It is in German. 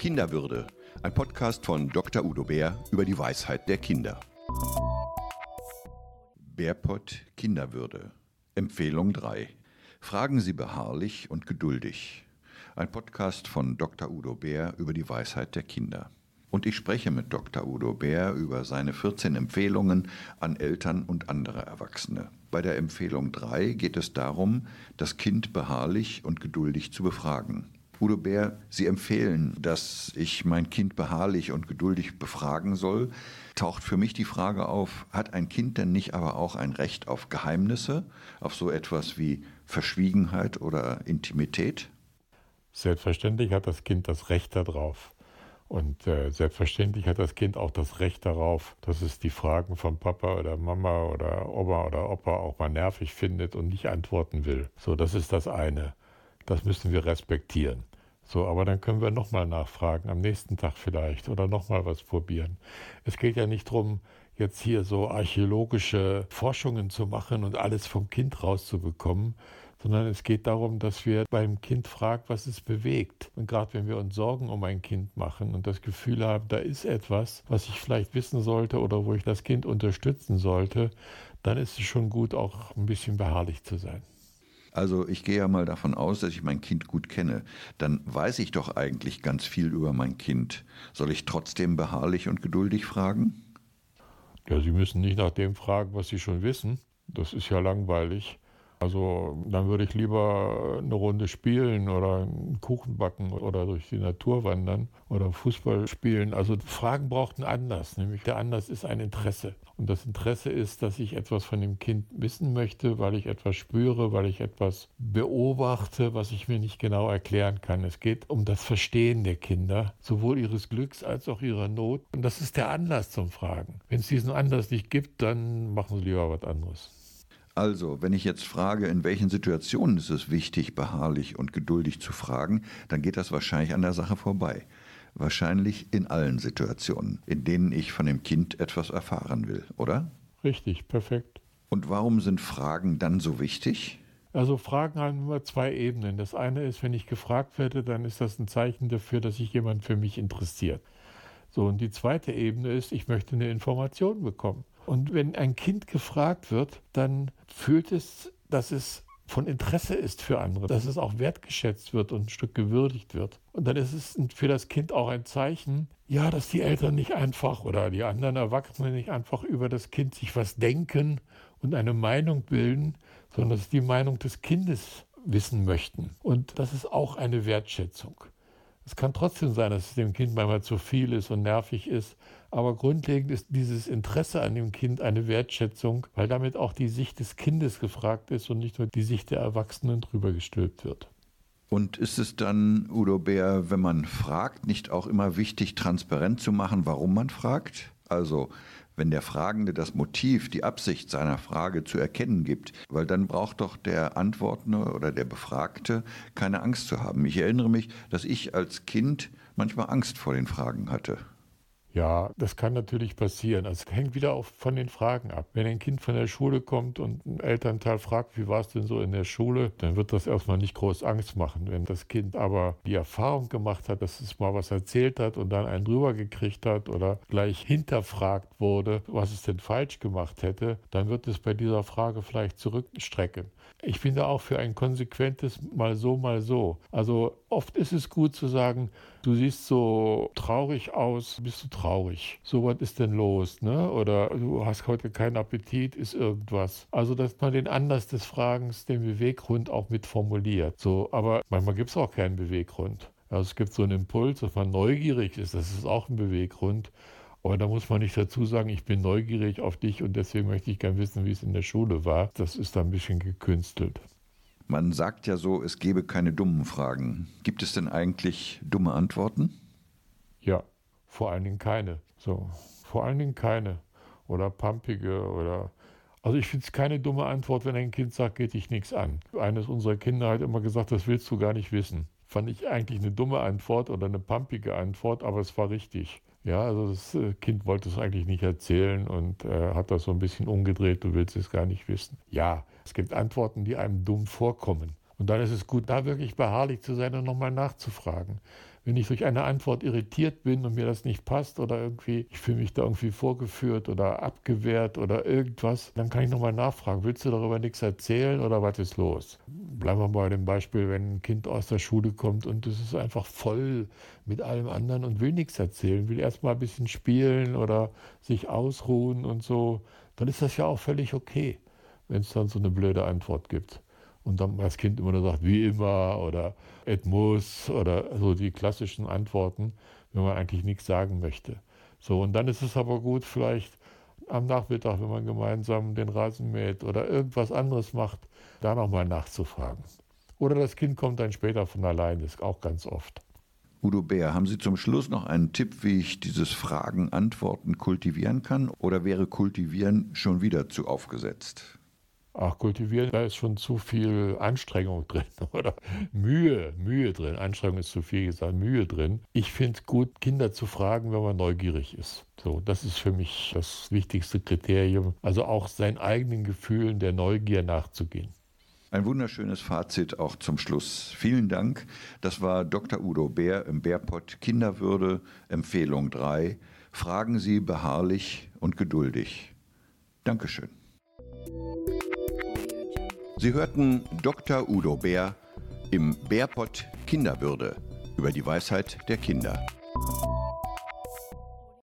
Kinderwürde, ein Podcast von Dr. Udo Bär über die Weisheit der Kinder. Bärpott Kinderwürde. Empfehlung 3. Fragen Sie beharrlich und geduldig. Ein Podcast von Dr. Udo Bär über die Weisheit der Kinder. Und ich spreche mit Dr. Udo Bär über seine 14 Empfehlungen an Eltern und andere Erwachsene. Bei der Empfehlung 3 geht es darum, das Kind beharrlich und geduldig zu befragen. Udo Bär, Sie empfehlen, dass ich mein Kind beharrlich und geduldig befragen soll. Taucht für mich die Frage auf, hat ein Kind denn nicht aber auch ein Recht auf Geheimnisse, auf so etwas wie Verschwiegenheit oder Intimität? Selbstverständlich hat das Kind das Recht darauf. Und selbstverständlich hat das Kind auch das Recht darauf, dass es die Fragen von Papa oder Mama oder Oma oder Opa auch mal nervig findet und nicht antworten will. So, das ist das eine. Das müssen wir respektieren. So, aber dann können wir nochmal nachfragen, am nächsten Tag vielleicht, oder nochmal was probieren. Es geht ja nicht darum, jetzt hier so archäologische Forschungen zu machen und alles vom Kind rauszubekommen, sondern es geht darum, dass wir beim Kind fragen, was es bewegt. Und gerade wenn wir uns Sorgen um ein Kind machen und das Gefühl haben, da ist etwas, was ich vielleicht wissen sollte oder wo ich das Kind unterstützen sollte, dann ist es schon gut, auch ein bisschen beharrlich zu sein. Also ich gehe ja mal davon aus, dass ich mein Kind gut kenne. Dann weiß ich doch eigentlich ganz viel über mein Kind. Soll ich trotzdem beharrlich und geduldig fragen? Ja, Sie müssen nicht nach dem fragen, was Sie schon wissen. Das ist ja langweilig. Also dann würde ich lieber eine Runde spielen oder einen Kuchen backen oder durch die Natur wandern oder Fußball spielen. Also Fragen braucht einen Anlass, nämlich der Anlass ist ein Interesse. Und das Interesse ist, dass ich etwas von dem Kind wissen möchte, weil ich etwas spüre, weil ich etwas beobachte, was ich mir nicht genau erklären kann. Es geht um das Verstehen der Kinder, sowohl ihres Glücks als auch ihrer Not. Und das ist der Anlass zum Fragen. Wenn es diesen Anlass nicht gibt, dann machen Sie lieber was anderes. Also, wenn ich jetzt frage, in welchen Situationen ist es wichtig, beharrlich und geduldig zu fragen, dann geht das wahrscheinlich an der Sache vorbei. Wahrscheinlich in allen Situationen, in denen ich von dem Kind etwas erfahren will, oder? Richtig, perfekt. Und warum sind Fragen dann so wichtig? Also Fragen haben immer zwei Ebenen. Das eine ist, wenn ich gefragt werde, dann ist das ein Zeichen dafür, dass sich jemand für mich interessiert. So, und die zweite Ebene ist, ich möchte eine Information bekommen. Und wenn ein Kind gefragt wird, dann fühlt es, dass es von Interesse ist für andere, dass es auch wertgeschätzt wird und ein Stück gewürdigt wird. Und dann ist es für das Kind auch ein Zeichen, ja, dass die Eltern nicht einfach oder die anderen Erwachsenen nicht einfach über das Kind sich was denken und eine Meinung bilden, sondern dass sie die Meinung des Kindes wissen möchten. Und das ist auch eine Wertschätzung. Es kann trotzdem sein, dass es dem Kind manchmal zu viel ist und nervig ist, aber grundlegend ist dieses Interesse an dem Kind eine Wertschätzung, weil damit auch die Sicht des Kindes gefragt ist und nicht nur die Sicht der Erwachsenen drüber gestülpt wird. Und ist es dann, Udo Bär, wenn man fragt, nicht auch immer wichtig, transparent zu machen, warum man fragt? Also, wenn der Fragende das Motiv, die Absicht seiner Frage zu erkennen gibt, weil dann braucht doch der Antwortende oder der Befragte keine Angst zu haben. Ich erinnere mich, dass ich als Kind manchmal Angst vor den Fragen hatte. Ja, das kann natürlich passieren. Es hängt wieder von den Fragen ab. Wenn ein Kind von der Schule kommt und ein Elternteil fragt, wie war es denn so in der Schule, dann wird das erstmal nicht groß Angst machen. Wenn das Kind aber die Erfahrung gemacht hat, dass es mal was erzählt hat und dann einen drüber gekriegt hat oder gleich hinterfragt wurde, was es denn falsch gemacht hätte, dann wird es bei dieser Frage vielleicht zurückstrecken. Ich bin da auch für ein konsequentes mal so, mal so. Also oft ist es gut zu sagen, du siehst so traurig aus, bist du traurig? So, was ist denn los? Ne? Oder du hast heute keinen Appetit, ist irgendwas. Also, dass man den Anlass des Fragens, den Beweggrund auch mit formuliert. So, aber manchmal gibt es auch keinen Beweggrund. Also es gibt so einen Impuls, dass man neugierig ist, das ist auch ein Beweggrund. Aber da muss man nicht dazu sagen, ich bin neugierig auf dich und deswegen möchte ich gerne wissen, wie es in der Schule war. Das ist da ein bisschen gekünstelt. Man sagt ja so, es gebe keine dummen Fragen. Gibt es denn eigentlich dumme Antworten? Ja, vor allen Dingen keine. So, vor allen Dingen keine. Oder pampige oder... Also ich finde es keine dumme Antwort, wenn ein Kind sagt, geht dich nichts an. Eines unserer Kinder hat immer gesagt, das willst du gar nicht wissen. Fand ich eigentlich eine dumme Antwort oder eine pampige Antwort, aber es war richtig. Ja, also das Kind wollte es eigentlich nicht erzählen und hat das so ein bisschen umgedreht, du willst es gar nicht wissen. Ja, es gibt Antworten, die einem dumm vorkommen. Und dann ist es gut, da wirklich beharrlich zu sein und nochmal nachzufragen. Wenn ich durch eine Antwort irritiert bin und mir das nicht passt oder irgendwie, ich fühle mich da irgendwie vorgeführt oder abgewehrt oder irgendwas, dann kann ich nochmal nachfragen, willst du darüber nichts erzählen oder was ist los? Bleiben wir bei dem Beispiel, wenn ein Kind aus der Schule kommt und es ist einfach voll mit allem anderen und will nichts erzählen, will erstmal ein bisschen spielen oder sich ausruhen und so, dann ist das ja auch völlig okay, wenn es dann so eine blöde Antwort gibt. Und dann das Kind immer nur sagt, wie immer oder et muss oder so die klassischen Antworten, wenn man eigentlich nichts sagen möchte. So, und dann ist es aber gut, vielleicht am Nachmittag, wenn man gemeinsam den Rasen mäht oder irgendwas anderes macht, da nochmal nachzufragen. Oder das Kind kommt dann später von allein, ist auch ganz oft. Udo Bär, haben Sie zum Schluss noch einen Tipp, wie ich dieses Fragen-Antworten kultivieren kann? Oder wäre kultivieren schon wieder zu aufgesetzt? Ach, kultivieren, da ist schon zu viel Anstrengung drin oder Mühe drin. Anstrengung ist zu viel gesagt, Mühe drin. Ich finde es gut, Kinder zu fragen, wenn man neugierig ist. So, das ist für mich das wichtigste Kriterium. Also auch seinen eigenen Gefühlen der Neugier nachzugehen. Ein wunderschönes Fazit auch zum Schluss. Vielen Dank. Das war Dr. Udo Bär im Bärpott Kinderwürde, Empfehlung 3. Fragen Sie beharrlich und geduldig. Dankeschön. Sie hörten Dr. Udo Bär im Bärpott Kinderwürde über die Weisheit der Kinder.